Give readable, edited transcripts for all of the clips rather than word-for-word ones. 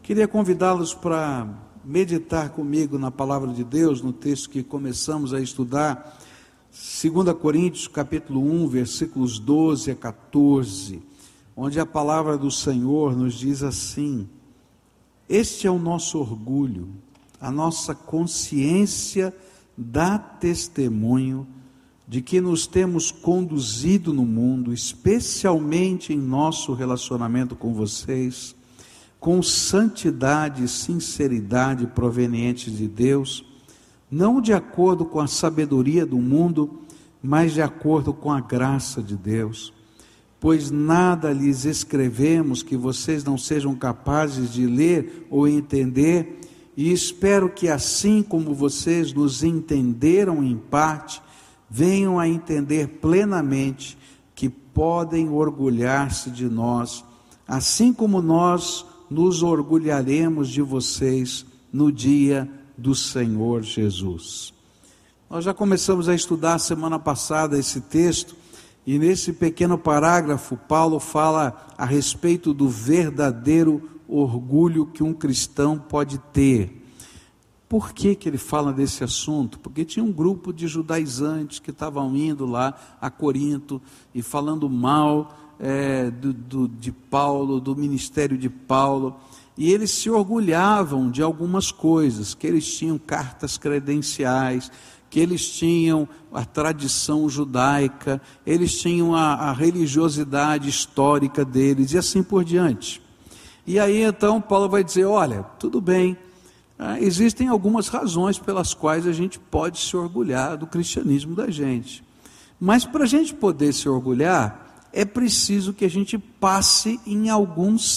Queria convidá-los para meditar comigo na palavra de Deus, no texto que começamos a estudar, 2 Coríntios capítulo 1, versículos 12 a 14, onde a palavra do Senhor nos diz assim: este é o nosso orgulho, a nossa consciência dá testemunho de que nos temos conduzido no mundo, especialmente em nosso relacionamento com vocês, com santidade e sinceridade provenientes de Deus, não de acordo com a sabedoria do mundo, mas de acordo com a graça de Deus. Pois nada lhes escrevemos que vocês não sejam capazes de ler ou entender, e espero que assim como vocês nos entenderam em parte, venham a entender plenamente que podem orgulhar-se de nós, assim como nós nos orgulharemos de vocês no dia do Senhor Jesus. Nós já começamos a estudar semana passada esse texto, e nesse pequeno parágrafo, Paulo fala a respeito do verdadeiro orgulho que um cristão pode ter. Por que ele fala desse assunto? Porque tinha um grupo de judaizantes que estavam indo lá a Corinto e falando mal de Paulo, do ministério de Paulo, e eles se orgulhavam de algumas coisas, que eles tinham cartas credenciais, que eles tinham a tradição judaica, eles tinham a religiosidade histórica deles, e assim por diante. E aí então Paulo vai dizer: olha, tudo bem, existem algumas razões pelas quais a gente pode se orgulhar do cristianismo da gente, mas para a gente poder se orgulhar, é preciso que a gente passe em alguns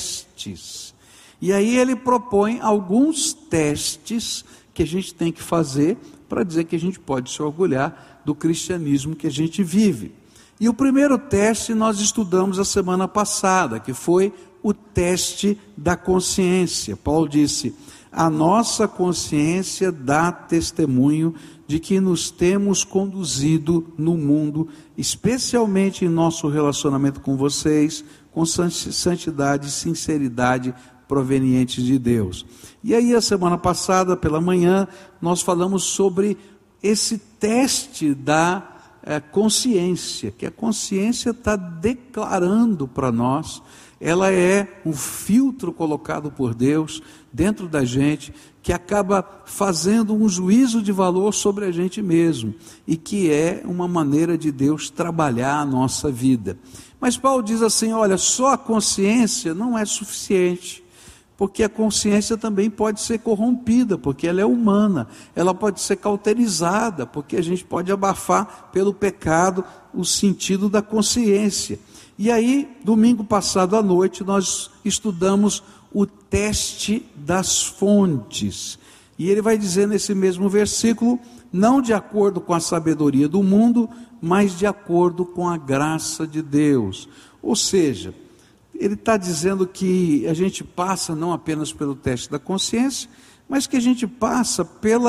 testes. E aí ele propõe alguns testes que a gente tem que fazer para dizer que a gente pode se orgulhar do cristianismo que a gente vive. E o primeiro teste nós estudamos a semana passada, que foi o teste da consciência. Paulo disse: a nossa consciência dá testemunho de que nos temos conduzido no mundo, especialmente em nosso relacionamento com vocês, com santidade e sinceridade provenientes de Deus. E aí a semana passada, pela manhã, nós falamos sobre esse teste da consciência, que a consciência está declarando para nós, ela é um filtro colocado por Deus dentro da gente, que acaba fazendo um juízo de valor sobre a gente mesmo, e que é uma maneira de Deus trabalhar a nossa vida. Mas Paulo diz assim: olha, só a consciência não é suficiente, porque a consciência também pode ser corrompida, porque ela é humana, ela pode ser cauterizada, porque a gente pode abafar pelo pecado o sentido da consciência. E aí, domingo passado à noite, nós estudamos o teste das fontes, e ele vai dizer nesse mesmo versículo: não de acordo com a sabedoria do mundo, mas de acordo com a graça de Deus. Ou seja, ele está dizendo que a gente passa não apenas pelo teste da consciência, mas que a gente passa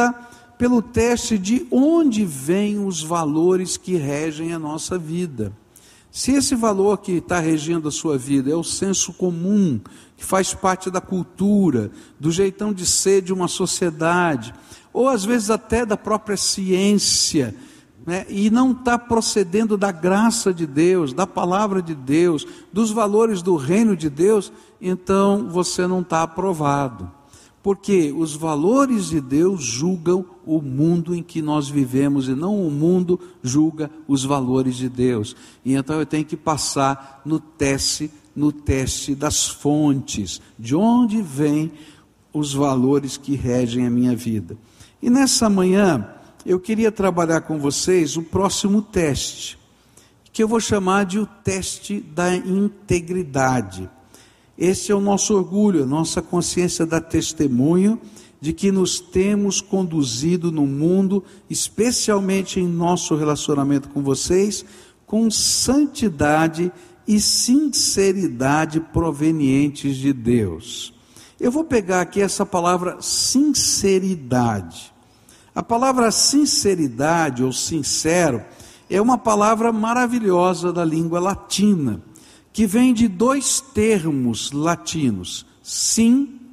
pelo teste de onde vêm os valores que regem a nossa vida. Se esse valor que está regendo a sua vida é o senso comum, que faz parte da cultura, do jeitão de ser de uma sociedade, ou às vezes até da própria ciência, né, e não está procedendo da graça de Deus, da palavra de Deus, dos valores do reino de Deus, então você não está aprovado. Porque os valores de Deus julgam o mundo em que nós vivemos, e não o mundo julga os valores de Deus. E então eu tenho que passar no teste das fontes, de onde vêm os valores que regem a minha vida. E nessa manhã eu queria trabalhar com vocês o próximo teste, que eu vou chamar de o teste da integridade. Esse é o nosso orgulho, a nossa consciência dá testemunho de que nos temos conduzido no mundo, especialmente em nosso relacionamento com vocês, com santidade e sinceridade provenientes de Deus. Eu vou pegar aqui essa palavra sinceridade. A palavra sinceridade ou sincero é uma palavra maravilhosa da língua latina, que vem de dois termos latinos, sim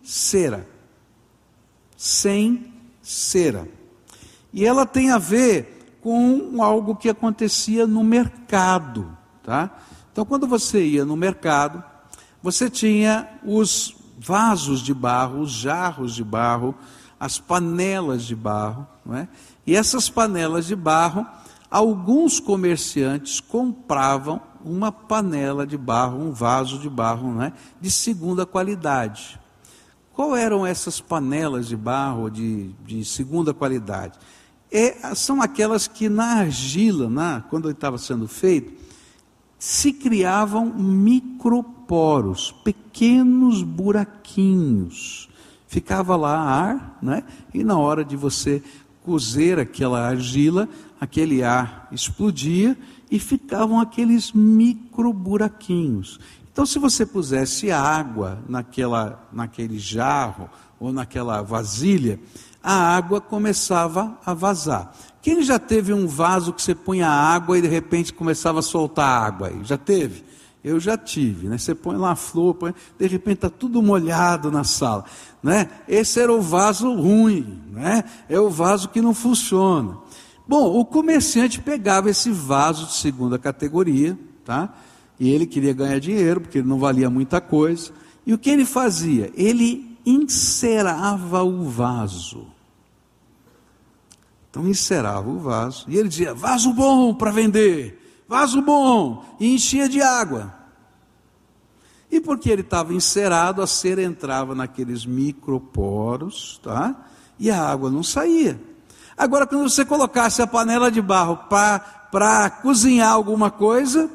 cera. Sem cera. E ela tem a ver com algo que acontecia no mercado, tá? Então, quando você ia no mercado, você tinha os vasos de barro, os jarros de barro, as panelas de barro, não é? E essas panelas de barro, alguns comerciantes compravam uma panela de barro, um vaso de barro, não é? De segunda qualidade. Qual eram essas panelas de barro de segunda qualidade? São aquelas que na argila, quando estava sendo feito, se criavam microporos, pequenos buraquinhos. Ficava lá ar, né? E na hora de você cozer aquela argila, aquele ar explodia e ficavam aqueles micro buraquinhos. Então, se você pusesse água naquele jarro ou naquela vasilha, a água começava a vazar. Quem já teve um vaso que você punha água e de repente começava a soltar água aí? Já teve? Eu já tive, né? Você põe lá a flor, de repente está tudo molhado na sala, né? Esse era o vaso ruim, né? É o vaso que não funciona. Bom, o comerciante pegava esse vaso de segunda categoria, tá? E ele queria ganhar dinheiro, porque ele não valia muita coisa. E o que ele fazia? Ele encerava o vaso. Então encerava o vaso, e ele dizia, vaso bom para vender, vaso bom, e enchia de água. E porque ele estava encerado, a cera entrava naqueles microporos, tá? E a água não saía. Agora, quando você colocasse a panela de barro para cozinhar alguma coisa,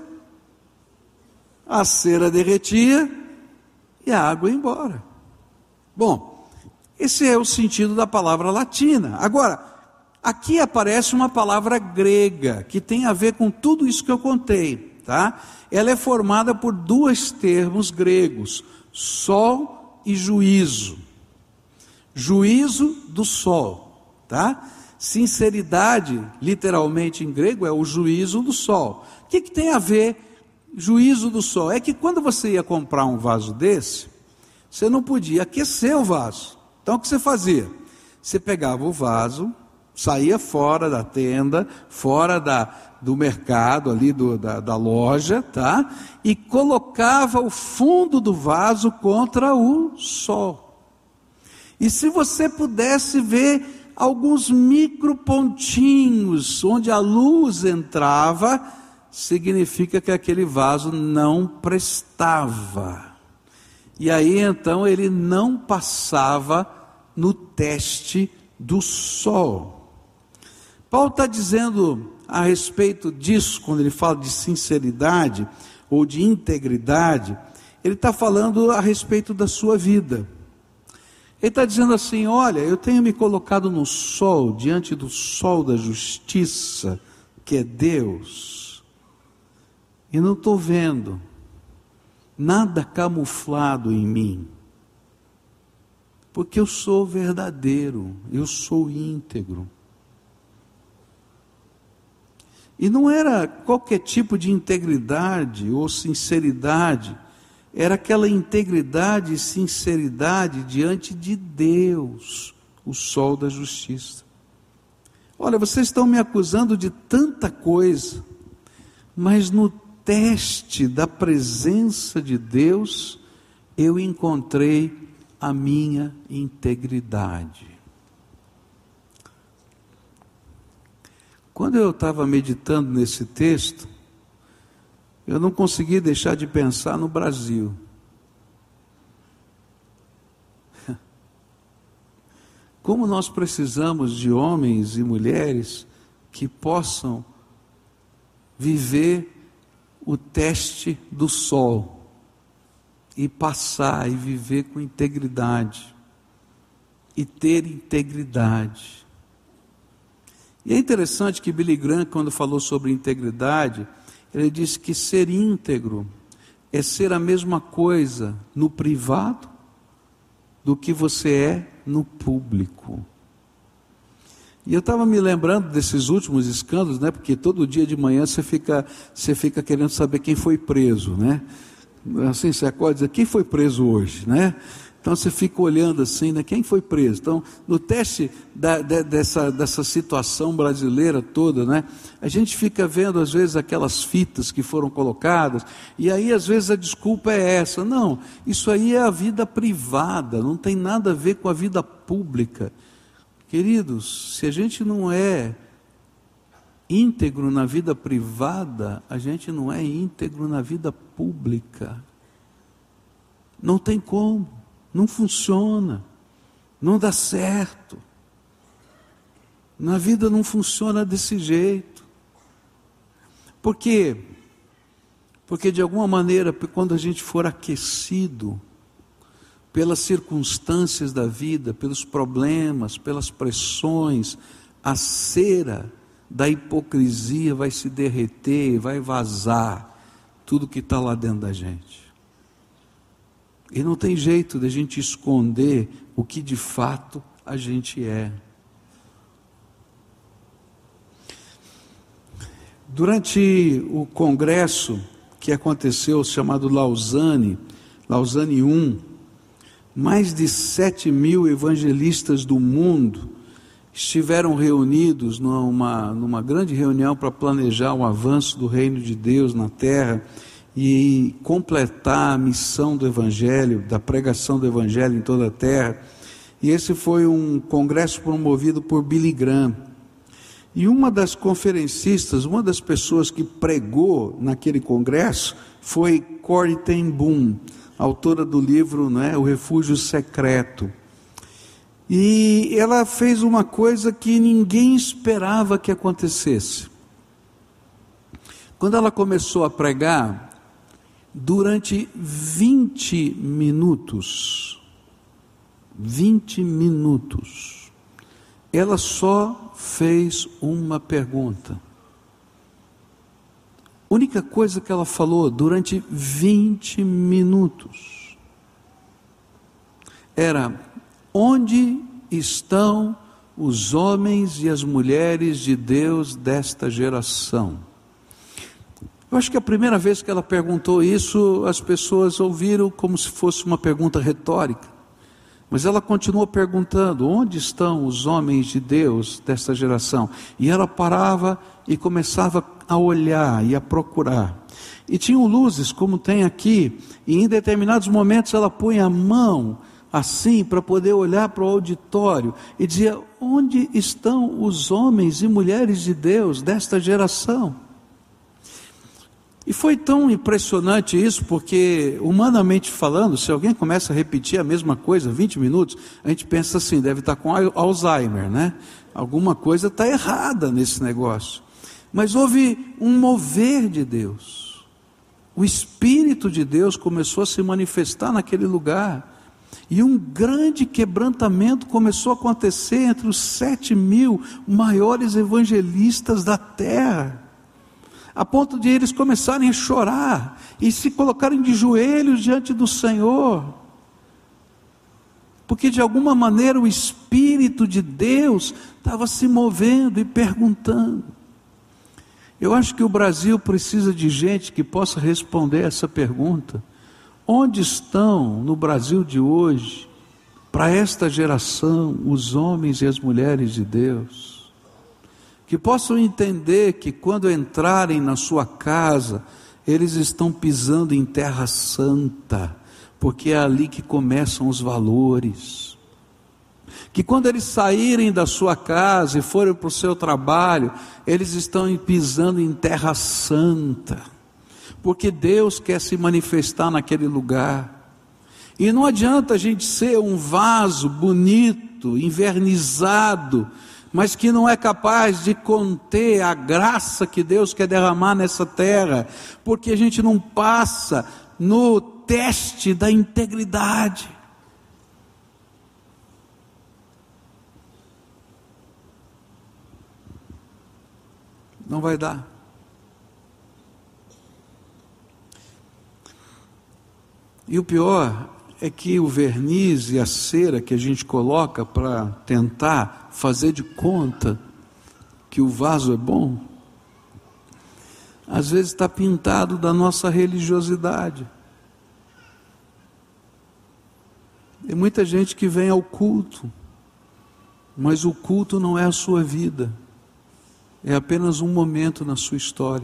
a cera derretia e a água ia embora. Bom, esse é o sentido da palavra latina. Agora, aqui aparece uma palavra grega, que tem a ver com tudo isso que eu contei, tá? Ela é formada por dois termos gregos, sol e juízo. Juízo do sol, tá? Sinceridade, literalmente em grego, é o juízo do sol. O que tem a ver juízo do sol? É que quando você ia comprar um vaso desse, você não podia aquecer o vaso. Então o que você fazia? Você pegava o vaso, saía fora da tenda, fora do mercado ali, da loja, tá? E colocava o fundo do vaso contra o sol. E se você pudesse ver alguns micropontinhos onde a luz entrava, significa que aquele vaso não prestava. E aí então ele não passava no teste do sol. Paulo está dizendo a respeito disso, quando ele fala de sinceridade ou de integridade, ele está falando a respeito da sua vida. Ele está dizendo assim, olha, eu tenho me colocado no sol, diante do sol da justiça, que é Deus, e não estou vendo nada camuflado em mim, porque eu sou verdadeiro, eu sou íntegro. E não era qualquer tipo de integridade ou sinceridade, era aquela integridade e sinceridade diante de Deus, o sol da justiça. Olha, vocês estão me acusando de tanta coisa, mas no teste da presença de Deus, eu encontrei a minha integridade. Quando eu estava meditando nesse texto, eu não consegui deixar de pensar no Brasil. Como nós precisamos de homens e mulheres que possam viver o teste do sol e passar e viver com integridade e ter integridade. E é interessante que Billy Graham, quando falou sobre integridade, ele disse que ser íntegro é ser a mesma coisa no privado do que você é no público. E eu estava me lembrando desses últimos escândalos, né? Porque todo dia de manhã você fica querendo saber quem foi preso, né? Assim, você acorda e diz, quem foi preso hoje, né? Então você fica olhando assim, né? Quem foi preso? Então, no teste dessa situação brasileira toda, né? A gente fica vendo às vezes aquelas fitas que foram colocadas, e aí às vezes a desculpa é essa. Não, isso aí é a vida privada, não tem nada a ver com a vida pública. Queridos, se a gente não é íntegro na vida privada, a gente não é íntegro na vida pública. Não tem como. Não funciona, não dá certo. Na vida não funciona desse jeito. Por quê? Porque de alguma maneira, quando a gente for aquecido pelas circunstâncias da vida, pelos problemas, pelas pressões, a cera da hipocrisia vai se derreter, vai vazar tudo que está lá dentro da gente. E não tem jeito de a gente esconder o que de fato a gente é. Durante o congresso que aconteceu, chamado Lausanne I, mais de 7.000 evangelistas do mundo estiveram reunidos numa grande reunião para planejar o avanço do reino de Deus na terra e completar a missão do Evangelho, da pregação do Evangelho em toda a terra. E esse foi um congresso promovido por Billy Graham. E uma das conferencistas, uma das pessoas que pregou naquele congresso foi Corrie ten Boom, autora do livro, né, O Refúgio Secreto. E ela fez uma coisa que ninguém esperava que acontecesse. Quando ela começou a pregar, durante 20 minutos, ela só fez uma pergunta. Única coisa que ela falou durante 20 minutos era: onde estão os homens e as mulheres de Deus desta geração? Eu acho que a primeira vez que ela perguntou isso, as pessoas ouviram como se fosse uma pergunta retórica. Mas ela continuou perguntando: onde estão os homens de Deus desta geração? E ela parava e começava a olhar e a procurar. E tinham luzes, como tem aqui, e em determinados momentos ela punha a mão assim para poder olhar para o auditório e dizia: onde estão os homens e mulheres de Deus desta geração? E foi tão impressionante isso, porque humanamente falando, se alguém começa a repetir a mesma coisa 20 minutos, a gente pensa assim: deve estar com Alzheimer, né? Alguma coisa está errada nesse negócio. Mas houve um mover de Deus. O Espírito de Deus começou a se manifestar naquele lugar. E um grande quebrantamento começou a acontecer entre os 7.000 maiores evangelistas da terra, a ponto de eles começarem a chorar e se colocarem de joelhos diante do Senhor, porque de alguma maneira o Espírito de Deus estava se movendo e perguntando. Eu acho que o Brasil precisa de gente que possa responder essa pergunta: onde estão no Brasil de hoje, para esta geração, os homens e as mulheres de Deus? Que possam entender que quando entrarem na sua casa, eles estão pisando em terra santa, porque é ali que começam os valores. Que quando eles saírem da sua casa e forem para o seu trabalho, eles estão pisando em terra santa, porque Deus quer se manifestar naquele lugar. E não adianta a gente ser um vaso bonito, envernizado, mas que não é capaz de conter a graça que Deus quer derramar nessa terra, porque a gente não passa no teste da integridade. Não vai dar. E o pior é que o verniz e a cera que a gente coloca para tentar fazer de conta que o vaso é bom, às vezes está pintado da nossa religiosidade. Tem muita gente que vem ao culto, mas o culto não é a sua vida, é apenas um momento na sua história.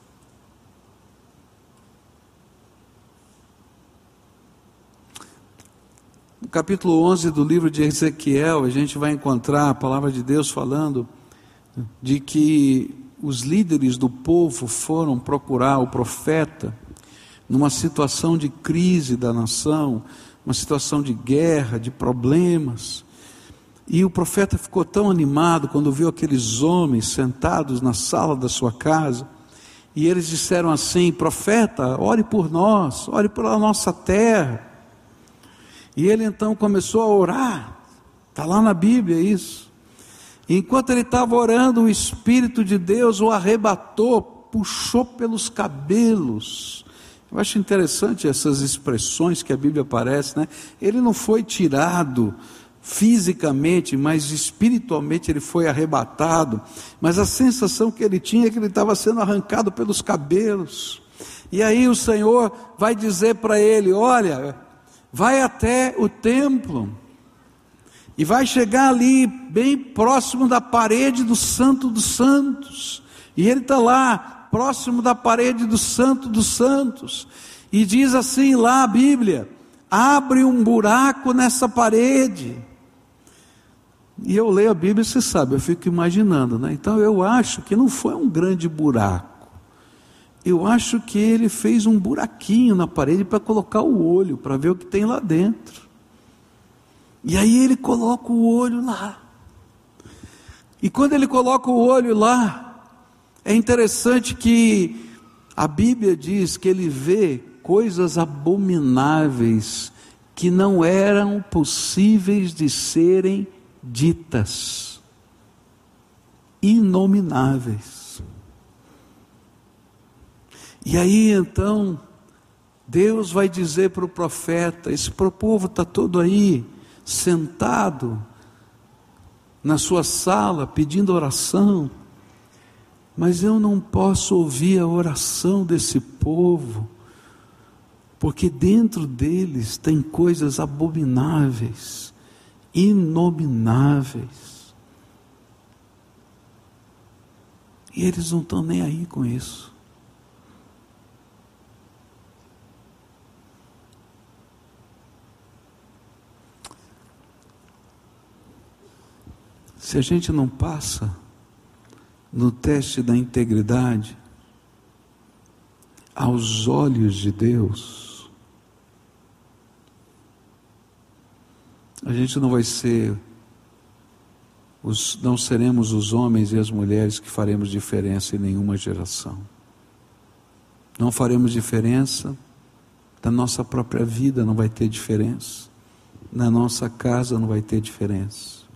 No capítulo 11 do livro de Ezequiel, a gente vai encontrar a palavra de Deus falando de que os líderes do povo foram procurar o profeta numa situação de crise da nação, uma situação de guerra, de problemas. E o profeta ficou tão animado quando viu aqueles homens sentados na sala da sua casa, e eles disseram assim: profeta, ore por nós, ore pela nossa terra. E ele então começou a orar, está lá na Bíblia isso. E enquanto ele estava orando, o Espírito de Deus o arrebatou, puxou pelos cabelos. Eu acho interessante essas expressões que a Bíblia aparece, né? Ele não foi tirado fisicamente, mas espiritualmente ele foi arrebatado. Mas a sensação que ele tinha é que ele estava sendo arrancado pelos cabelos. E aí o Senhor vai dizer para ele: olha, vai até o templo e vai chegar ali bem próximo da parede do Santo dos Santos. E ele está lá, próximo da parede do Santo dos Santos, e diz assim lá a Bíblia: abre um buraco nessa parede. E eu leio a Bíblia, você sabe, eu fico imaginando, né? Então eu acho que não foi um grande buraco, eu acho que ele fez um buraquinho na parede para colocar o olho, para ver o que tem lá dentro. E aí ele coloca o olho lá. E quando ele coloca o olho lá, é interessante que a Bíblia diz que ele vê coisas abomináveis que não eram possíveis de serem ditas, inomináveis. E aí então Deus vai dizer para o profeta: esse povo está todo aí sentado na sua sala pedindo oração, mas eu não posso ouvir a oração desse povo, porque dentro deles tem coisas abomináveis, inomináveis, e eles não estão nem aí com isso. Se a gente não passa no teste da integridade, aos olhos de Deus, a gente não vai ser, não seremos os homens e as mulheres que faremos diferença em nenhuma geração. Não faremos diferença, na nossa própria vida não vai ter diferença, na nossa casa não vai ter diferença.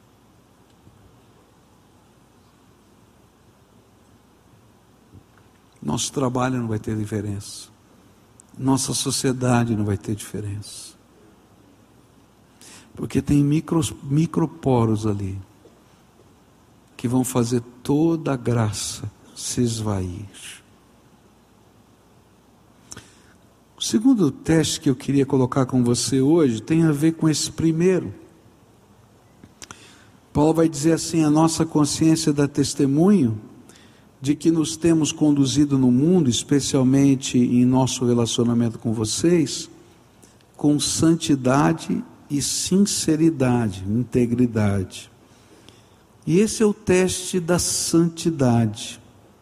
Nosso trabalho não vai ter diferença, nossa sociedade não vai ter diferença, porque tem microporos ali, que vão fazer toda a graça se esvair. O segundo teste que eu queria colocar com você hoje, tem a ver com esse primeiro. Paulo vai dizer assim: a nossa consciência dá testemunho de que nos temos conduzido no mundo, especialmente em nosso relacionamento com vocês, com santidade e sinceridade, integridade. E esse é o teste da santidade.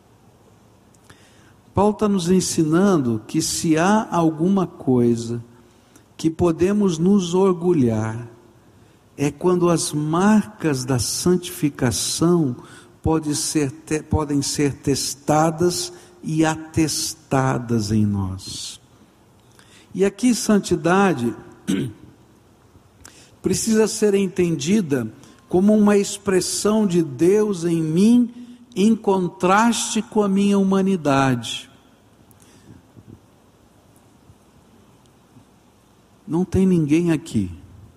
Paulo está nos ensinando que se há alguma coisa que podemos nos orgulhar, é quando as marcas da santificação podem ser testadas e atestadas em nós. E aqui santidade precisa ser entendida como uma expressão de Deus em mim, em contraste com a minha humanidade. Não tem ninguém aqui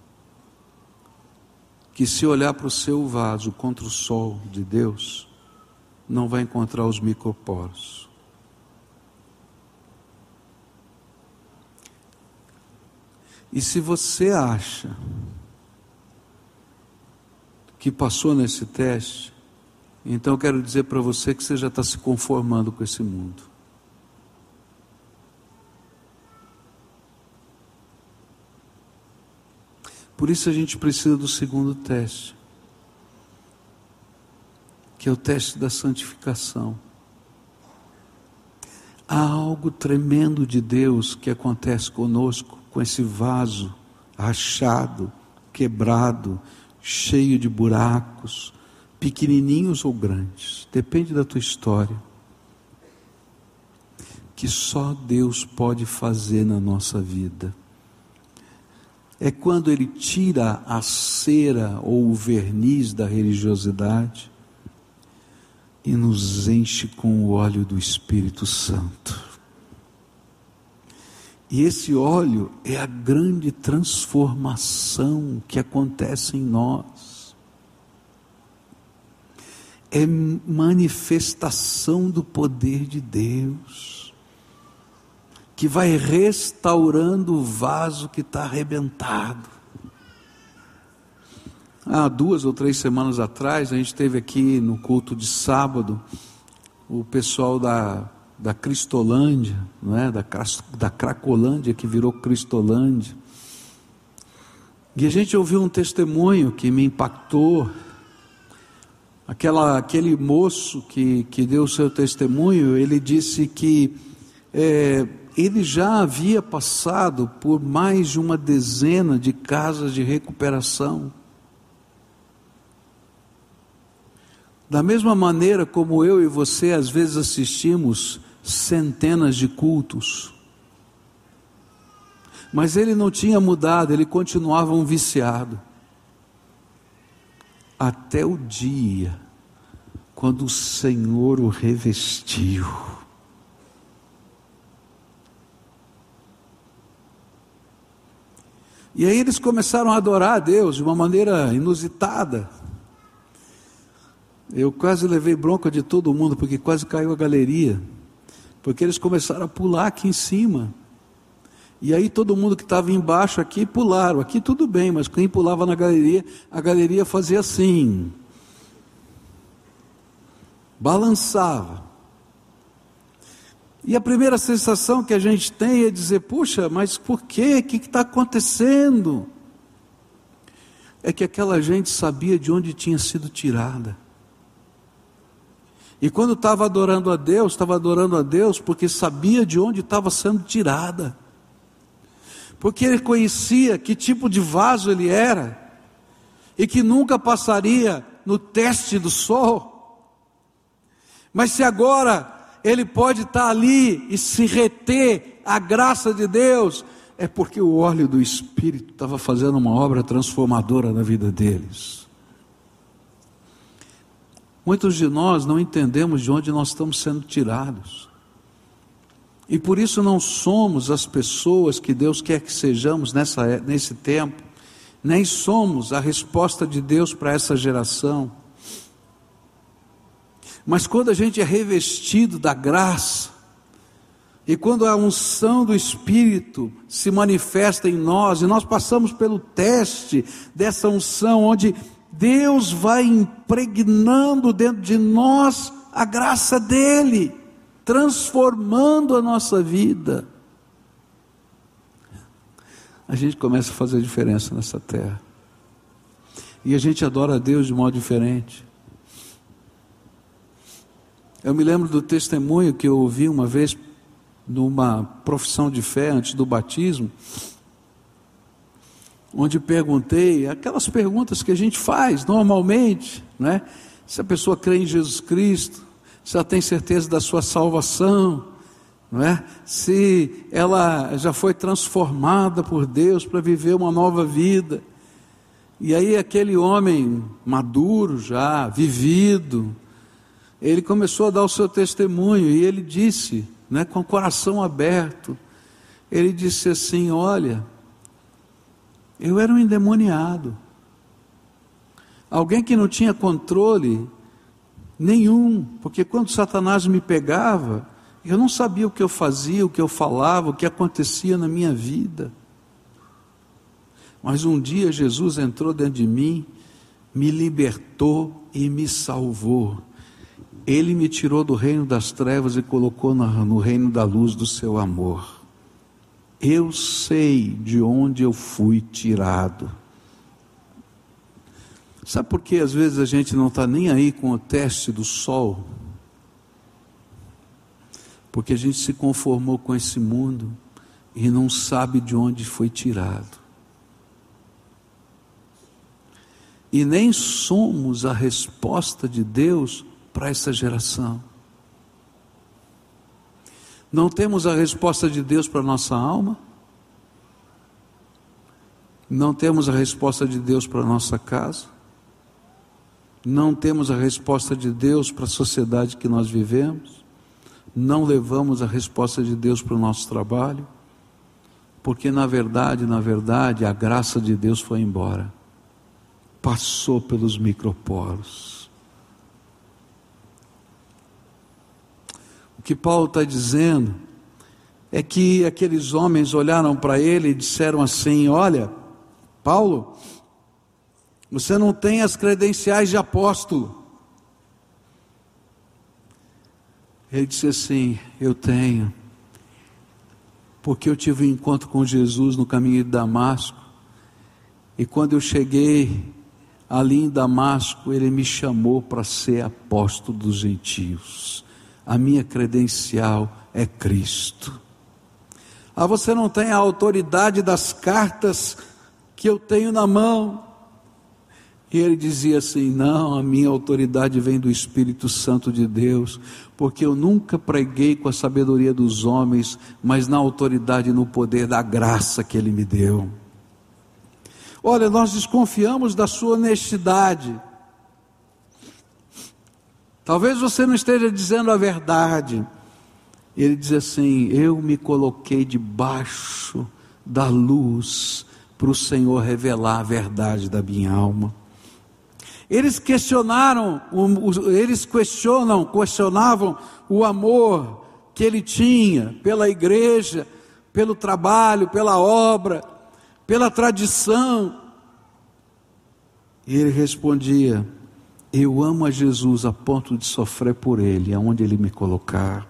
que, se olhar para o seu vaso contra o sol de Deus, não vai encontrar os microporos. E se você acha que passou nesse teste, então eu quero dizer para você que você já está se conformando com esse mundo. Por isso a gente precisa do segundo teste, que é o teste da santificação. Há algo tremendo de Deus que acontece conosco, com esse vaso rachado, quebrado, cheio de buracos, pequenininhos ou grandes, depende da tua história, que só Deus pode fazer na nossa vida. É quando Ele tira a cera ou o verniz da religiosidade e nos enche com o óleo do Espírito Santo. E esse óleo é a grande transformação que acontece em nós. É manifestação do poder de Deus, que vai restaurando o vaso que está arrebentado. Há 2 ou 3 semanas atrás, a gente teve aqui no culto de sábado, o pessoal da Cristolândia, não é? da Cracolândia, que virou Cristolândia. E a gente ouviu um testemunho que me impactou. Aquele moço que deu o seu testemunho, ele disse que ele já havia passado por mais de uma dezena de casas de recuperação. Da mesma maneira como eu e você às vezes assistimos centenas de cultos, mas ele não tinha mudado, ele continuava um viciado, até o dia quando o Senhor o revestiu. E aí eles começaram a adorar a Deus de uma maneira inusitada. Eu quase levei bronca de todo mundo, porque quase caiu a galeria, porque eles começaram a pular aqui em cima, e aí todo mundo que estava embaixo aqui pularam, aqui tudo bem, mas quem pulava na galeria, a galeria fazia assim, balançava, e a primeira sensação que a gente tem é dizer, puxa, mas por quê? O que está acontecendo? É que aquela gente sabia de onde tinha sido tirada. E quando estava adorando a Deus porque sabia de onde estava sendo tirada. Porque ele conhecia que tipo de vaso ele era, e que nunca passaria no teste do sol. Mas se agora ele pode estar ali e se reter a graça de Deus, é porque o óleo do Espírito estava fazendo uma obra transformadora na vida deles. Muitos de nós não entendemos de onde nós estamos sendo tirados, e por isso não somos as pessoas que Deus quer que sejamos nesse tempo, nem somos a resposta de Deus para essa geração. Mas quando a gente é revestido da graça, e quando a unção do Espírito se manifesta em nós, e nós passamos pelo teste dessa unção, onde Deus vai impregnando dentro de nós a graça dEle, transformando a nossa vida, a gente começa a fazer diferença nessa terra, e a gente adora a Deus de modo diferente. Eu me lembro do testemunho que eu ouvi uma vez, numa profissão de fé antes do batismo, onde perguntei, aquelas perguntas que a gente faz normalmente, né? Se a pessoa crê em Jesus Cristo, se ela tem certeza da sua salvação, não é? Se ela já foi transformada por Deus para viver uma nova vida. E aí aquele homem maduro já, vivido, ele começou a dar o seu testemunho, e ele disse, né, com o coração aberto, ele disse assim, olha, eu era um endemoniado, alguém que não tinha controle nenhum, porque quando Satanás me pegava, eu não sabia o que eu fazia, o que eu falava, o que acontecia na minha vida. Mas um dia Jesus entrou dentro de mim, me libertou e me salvou. Ele me tirou do reino das trevas e colocou no reino da luz do seu amor. Eu sei de onde eu fui tirado. Sabe por que às vezes a gente não está nem aí com o teste do sol? Porque a gente se conformou com esse mundo e não sabe de onde foi tirado. E nem somos a resposta de Deus para essa geração. Não temos a resposta de Deus para a nossa alma. Não temos a resposta de Deus para a nossa casa. Não temos a resposta de Deus para a sociedade que nós vivemos. Não levamos a resposta de Deus para o nosso trabalho. Porque na verdade, a graça de Deus foi embora. Passou pelos microporos. O que Paulo está dizendo é que aqueles homens olharam para ele e disseram assim: olha, Paulo, você não tem as credenciais de apóstolo. Ele disse assim: eu tenho, porque eu tive um encontro com Jesus no caminho de Damasco, e quando eu cheguei ali em Damasco, ele me chamou para ser apóstolo dos gentios. A minha credencial é Cristo. Ah, você não tem a autoridade das cartas que eu tenho na mão. E ele dizia assim: não, a minha autoridade vem do Espírito Santo de Deus, porque eu nunca preguei com a sabedoria dos homens, mas na autoridade e no poder da graça que Ele me deu. Olha, nós desconfiamos da sua honestidade. Talvez você não esteja dizendo a verdade. Ele diz assim: eu me coloquei debaixo da luz para o Senhor revelar a verdade da minha alma. Eles questionavam o amor que ele tinha pela igreja, pelo trabalho, pela obra, pela tradição. E ele respondia: eu amo a Jesus a ponto de sofrer por Ele, aonde Ele me colocar.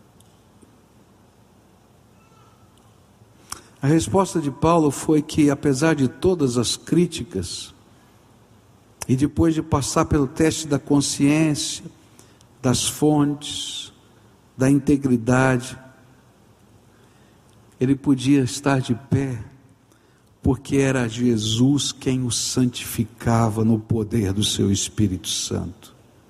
A resposta de Paulo foi que, apesar de todas as críticas, e depois de passar pelo teste da consciência, das fontes, da integridade, ele podia estar de pé, porque era Jesus quem o santificava no poder do seu Espírito Santo.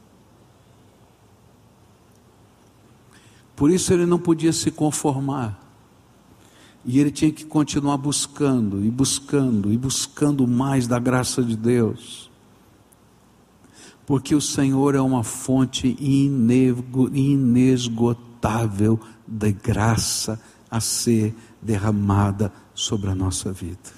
Por isso ele não podia se conformar, e ele tinha que continuar buscando, e buscando, e buscando mais da graça de Deus, porque o Senhor é uma fonte inesgotável de graça a ser derramada sobre a nossa vida.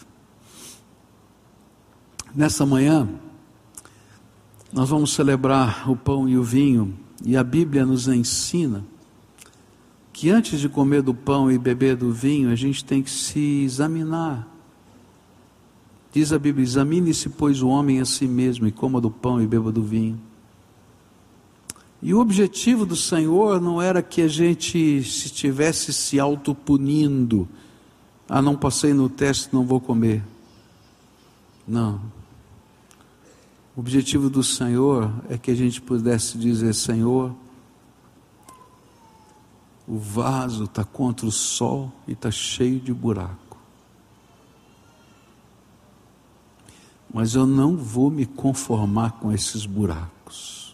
Nessa manhã, nós vamos celebrar o pão e o vinho, e a Bíblia nos ensina que antes de comer do pão e beber do vinho, a gente tem que se examinar. Diz a Bíblia: examine-se, pois, o homem a si mesmo, e coma do pão e beba do vinho. E o objetivo do Senhor não era que a gente estivesse se autopunindo: ah, não passei no teste, não vou comer. Não. O objetivo do Senhor é que a gente pudesse dizer: Senhor, o vaso está contra o sol e está cheio de buraco, mas eu não vou me conformar com esses buracos.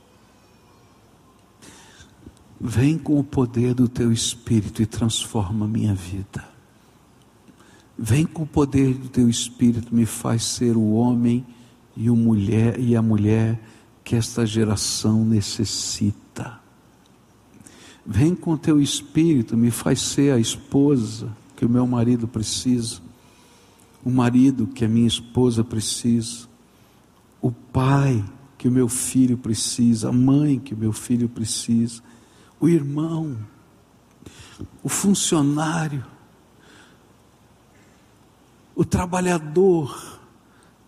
Vem com o poder do Teu Espírito e transforma a minha vida. Vem com o poder do Teu Espírito, me faz ser o homem e a mulher que esta geração necessita. Vem com o Teu Espírito, me faz ser a esposa que o meu marido precisa, o marido que a minha esposa precisa, o pai que o meu filho precisa, a mãe que o meu filho precisa, o irmão, o funcionário, o trabalhador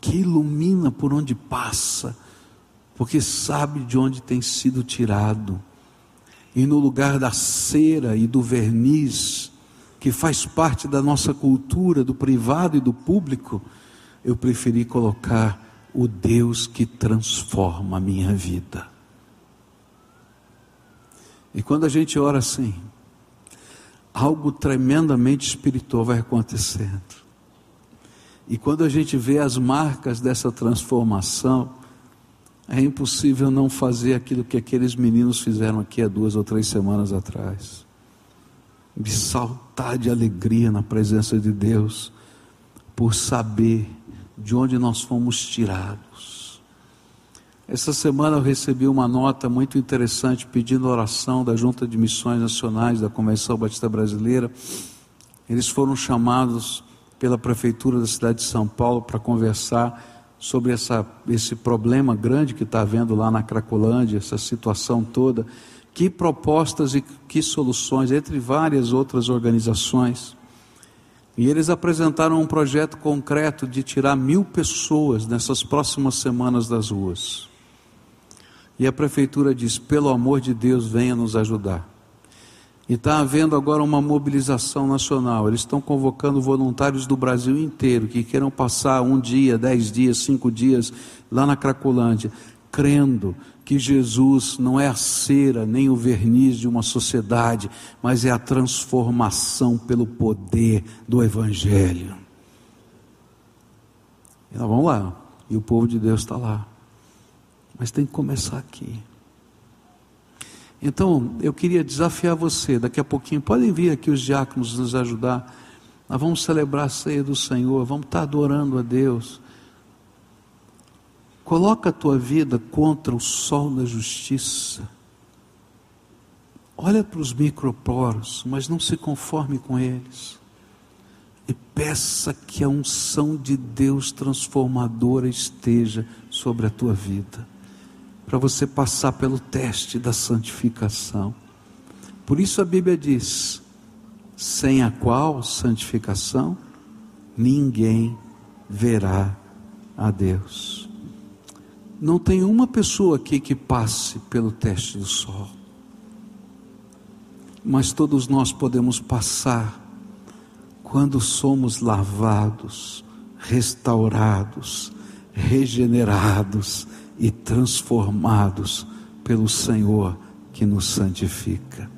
que ilumina por onde passa, porque sabe de onde tem sido tirado. E no lugar da cera e do verniz, que faz parte da nossa cultura, do privado e do público, eu preferi colocar o Deus que transforma a minha vida. E quando a gente ora assim, algo tremendamente espiritual vai acontecendo. E quando a gente vê as marcas dessa transformação, é impossível não fazer aquilo que aqueles meninos fizeram aqui há 2 ou 3 semanas atrás. De saltar de alegria na presença de Deus, por saber de onde nós fomos tirados. Essa semana eu recebi uma nota muito interessante pedindo oração da Junta de Missões Nacionais da Convenção Batista Brasileira. Eles foram chamados pela Prefeitura da cidade de São Paulo para conversar sobre esse problema grande que está havendo lá na Cracolândia, essa situação toda. Que propostas e que soluções, entre várias outras organizações. E eles apresentaram um projeto concreto de tirar 1.000 pessoas nessas próximas semanas das ruas. E a prefeitura diz: pelo amor de Deus, venha nos ajudar. E está havendo agora uma mobilização nacional. Eles estão convocando voluntários do Brasil inteiro, que queiram passar 1 dia, 10 dias, 5 dias lá na Cracolândia, crendo que Jesus não é a cera nem o verniz de uma sociedade, mas é a transformação pelo poder do Evangelho. E nós vamos lá, e o povo de Deus está lá, mas tem que começar aqui. Então eu queria desafiar você, daqui a pouquinho podem vir aqui os diáconos nos ajudar. Nós vamos celebrar a ceia do Senhor, vamos estar adorando a Deus. Coloca a tua vida contra o sol da justiça. Olha para os microporos, mas não se conforme com eles. E peça que a unção de Deus transformadora esteja sobre a tua vida, para você passar pelo teste da santificação. Por isso a Bíblia diz: sem a qual santificação ninguém verá a Deus. Não tem uma pessoa aqui que passe pelo teste do sol, mas todos nós podemos passar quando somos lavados, restaurados, regenerados e transformados pelo Senhor que nos santifica.